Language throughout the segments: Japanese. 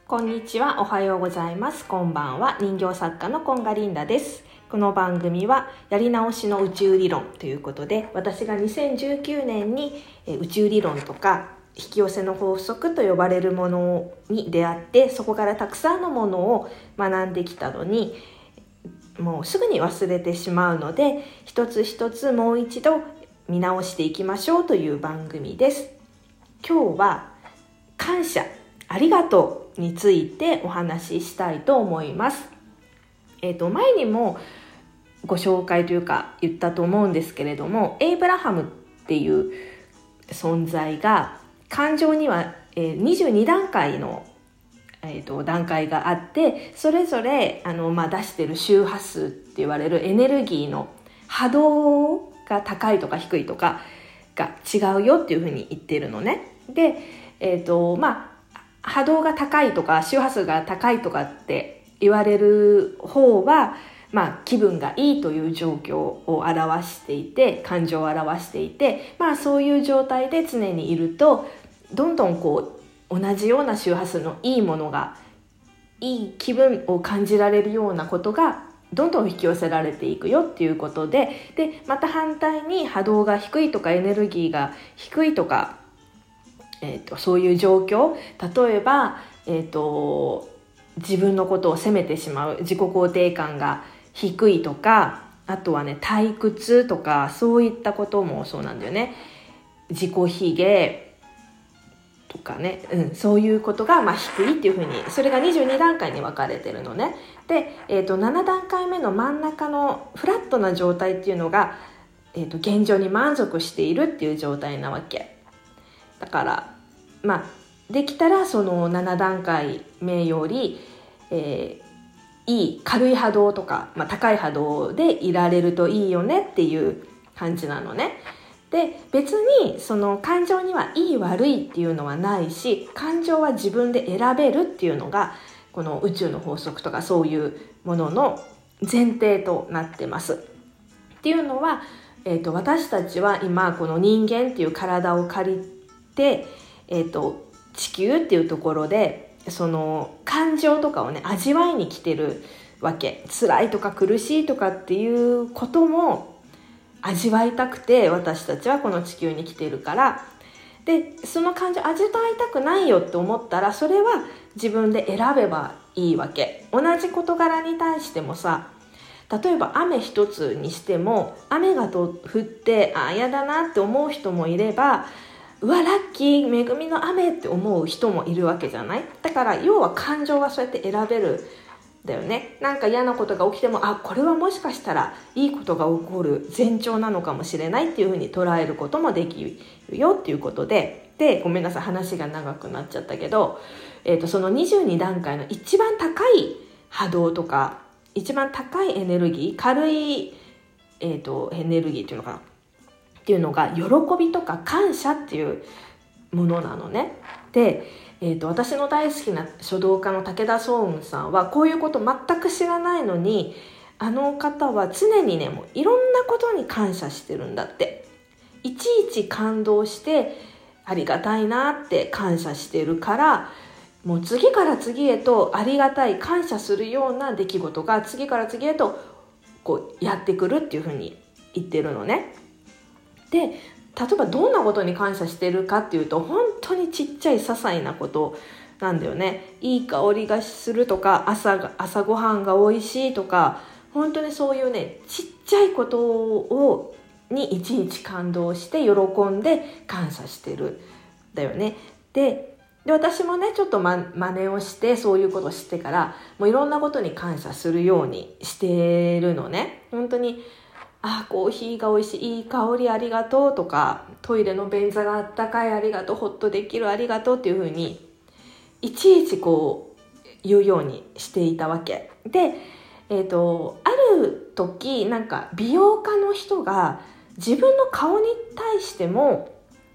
こんにちは、おはようございます。こんばんは。人形作家のコンガリンダです。この番組はやり直しの宇宙理論ということで、私が2019年に宇宙理論とか引き寄せの法則と呼ばれるものに出会って、そこからたくさんのものを学んできたのに、もうすぐに忘れてしまうので、一つ一つもう一度見直していきましょうという番組です。今日は感謝、ありがとうについてお話ししたいと思います。前にもご紹介というか言ったと思うんですけれども、エイブラハムっていう存在が感情には22段階の段階があって、それぞれ出してる周波数って言われるエネルギーの波動が高いとか低いとかが違うよっていうふうに言っているのね。で、波動が高いとか周波数が高いとかって言われる方は、気分がいいという状況を表していて、感情を表していて、そういう状態で常にいると、どんどん同じような周波数のいいものが、いい気分を感じられるようなことがどんどん引き寄せられていくよっていうことで、また反対に波動が低いとかエネルギーが低いとか、そういう状況、例えば、自分のことを責めてしまう、自己肯定感が低いとか、あとはね、退屈とか、そういったこともそうなんだよね。自己卑下とかね、そういうことが低いっていうふうに、それが22段階に分かれてるのね。で、7段階目の真ん中のフラットな状態っていうのが、現状に満足しているっていう状態なわけだから、できたらその7段階目より、いい軽い波動とか、高い波動でいられるといいよねっていう感じなのね。で、別にその感情にはいい悪いっていうのはないし、感情は自分で選べるっていうのがこの宇宙の法則とかそういうものの前提となってます。っていうのは、私たちは今この人間っていう体を借りて、地球っていうところでその感情とかをね味わいに来てるわけ。辛いとか苦しいとかっていうことも味わいたくて私たちはこの地球に来てるから、でその感情味わいたくないよって思ったら、それは自分で選べばいいわけ。同じ事柄に対してもさ、例えば雨一つにしても、雨が降って嫌だなって思う人もいれば、うわラッキー恵みの雨って思う人もいるわけじゃない。だから要は感情はそうやって選べるだよね。なんか嫌なことが起きても、これはもしかしたらいいことが起こる前兆なのかもしれないっていうふうに捉えることもできるよっていうことで、ごめんなさい、話が長くなっちゃったけど、その22段階の一番高い波動とか一番高いエネルギー、軽い、エネルギーっていうのかなっていうのが喜びとか感謝っていうものなのね。で、私の大好きな書道家の武田双雲さんはこういうこと全く知らないのに、あの方は常にね、もういろんなことに感謝してるんだって。いちいち感動してありがたいなって感謝してるから、もう次から次へとありがたい感謝するような出来事が次から次へとやってくるっていうふうに言ってるのね。で、例えばどんなことに感謝してるかっていうと、本当にちっちゃい些細なことなんだよね。いい香りがするとか、朝ごはんが美味しいとか、本当にそういうね、ちっちゃいことにいちいち感動して喜んで感謝してるだよね。で私もねちょっと真似をして、そういうことを知ってからもういろんなことに感謝するようにしてるのね。本当にコーヒーが美味しい、いい香りありがとうとか、トイレの便座があったかいありがとう、ホッとできるありがとうっていう風にいちいち言うようにしていたわけで、ある時なんか美容家の人が自分の顔に対しても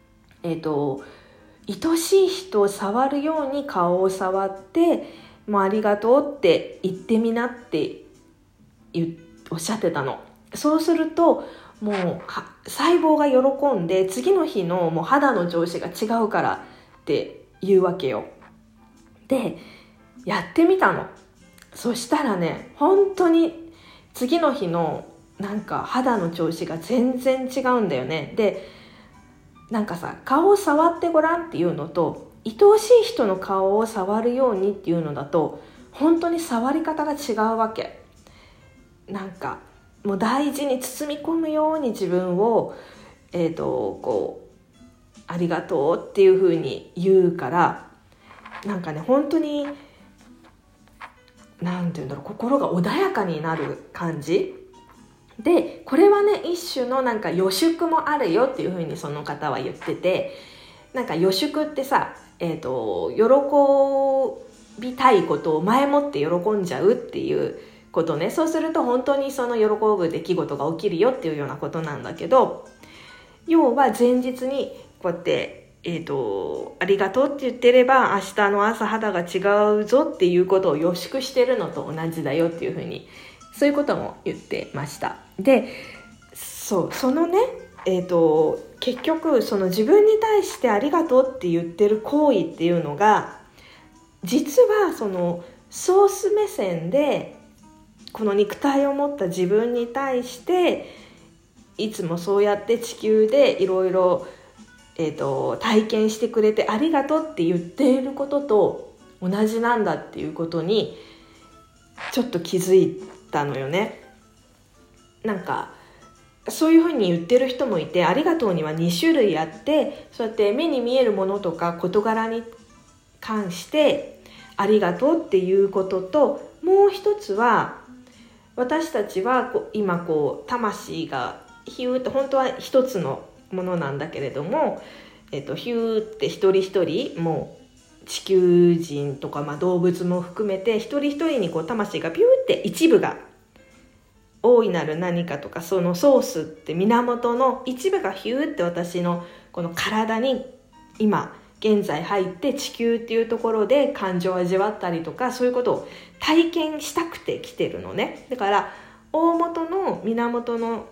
愛しい人を触るように顔を触って、もうありがとうって言ってみなっておっしゃってたの。そうするともう細胞が喜んで、次の日のもう肌の調子が違うからって言うわけよ。でやってみたの。そしたらね、本当に次の日のなんか肌の調子が全然違うんだよね。で、なんかさ、顔を触ってごらんっていうのと、愛おしい人の顔を触るようにっていうのだと本当に触り方が違うわけ。なんかもう大事に包み込むように自分をこうありがとうっていう風に言うから、なんかね、本当になんていうんだろう、心が穏やかになる感じで、これはね、一種のなんか予祝もあるよっていう風にその方は言ってて、なんか予祝ってさ、喜びたいことを前もって喜んじゃうっていうことね。そうすると本当にその喜ぶ出来事が起きるよっていうようなことなんだけど、要は前日にこうやってありがとうって言ってれば明日の朝肌が違うぞっていうことを予祝してるのと同じだよっていうふうに、そういうことも言ってました。で、そのね、結局その自分に対してありがとうって言ってる行為っていうのが、実はそのソース目線でこの肉体を持った自分に対していつもそうやって地球でいろいろ体験してくれてありがとうって言っていることと同じなんだっていうことにちょっと気づいたのよね。なんかそういうふうに言ってる人もいて、ありがとうには2種類あって、そうやって目に見えるものとか事柄に関してありがとうっていうことと、もう一つは私たちは今魂がヒューって本当は一つのものなんだけれども、ヒューって一人一人、もう地球人とか、動物も含めて一人一人に魂がピューって一部が、大いなる何かとか、そのソースって源の一部がヒューって私のこの体に今現在入って地球っていうところで感情を味わったりとか、そういうことを体験したくて来てるのね。だから大元の源の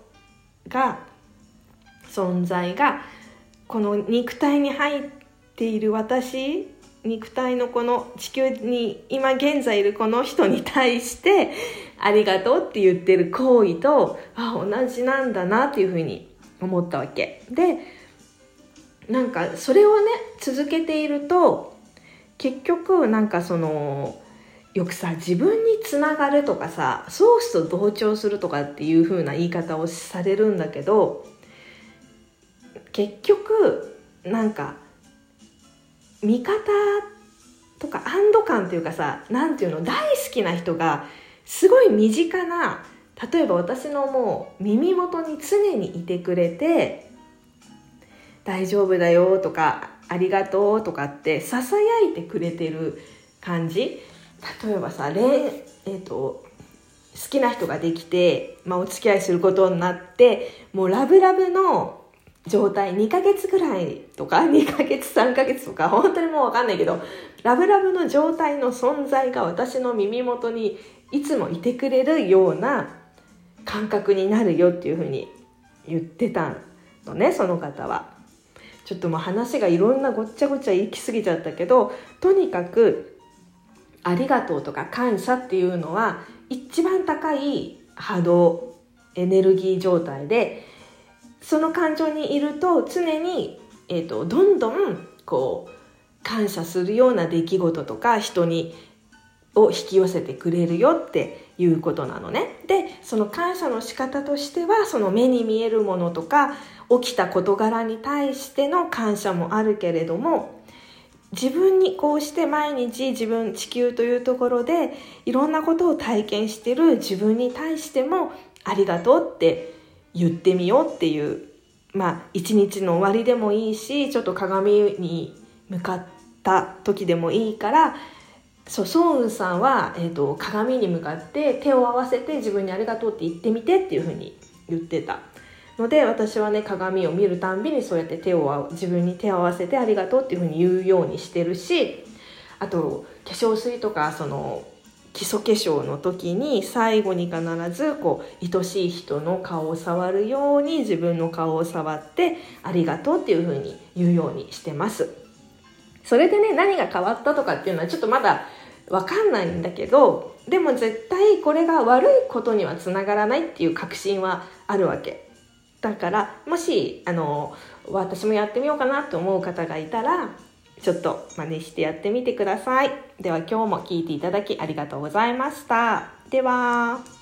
存在がこの肉体に入っている私、肉体のこの地球に今現在いるこの人に対してありがとうって言ってる行為と同じなんだなっていうふうに思ったわけで、なんかそれをね続けていると結局なんかよくさ、自分につながるとかさ、ソースと同調するとかっていう風な言い方をされるんだけど、結局なんか味方とか安堵感っていうかさ、なんていうの、大好きな人がすごい身近な、例えば私のもう耳元に常にいてくれて、大丈夫だよとかありがとうとかってささやいてくれてる感じ。例えばさ、好きな人ができて、お付き合いすることになって、もうラブラブの状態2ヶ月ぐらいとか2ヶ月3ヶ月とか本当にもう分かんないけど、ラブラブの状態の存在が私の耳元にいつもいてくれるような感覚になるよっていうふうに言ってたのね、その方は。ちょっともう話がいろんなごっちゃごちゃ行き過ぎちゃったけど、とにかくありがとうとか感謝っていうのは一番高い波動エネルギー状態で、その感情にいると常に、どんどん感謝するような出来事とか人を引き寄せてくれるよっていうことなのね。で、その感謝の仕方としては、その目に見えるものとか起きた事柄に対しての感謝もあるけれども、自分にこうして毎日地球というところでいろんなことを体験している自分に対してもありがとうって言ってみようっていう、一日の終わりでもいいし、ちょっと鏡に向かった時でもいいから、ソンウンさんは、鏡に向かって手を合わせて自分にありがとうって言ってみてっていうふうに言ってたので、私はね、鏡を見るたんびにそうやって自分に手を合わせてありがとうっていうふうに言うようにしてるし、あと化粧水とか基礎化粧の時に最後に必ず愛しい人の顔を触るように自分の顔を触ってありがとうっていうふうに言うようにしてます。それでね、何が変わったとかっていうのはちょっとまだわかんないんだけど、でも絶対これが悪いことにはつながらないっていう確信はあるわけだから、もし私もやってみようかなと思う方がいたら、ちょっと真似してやってみてください。では今日も聞いていただきありがとうございました。では。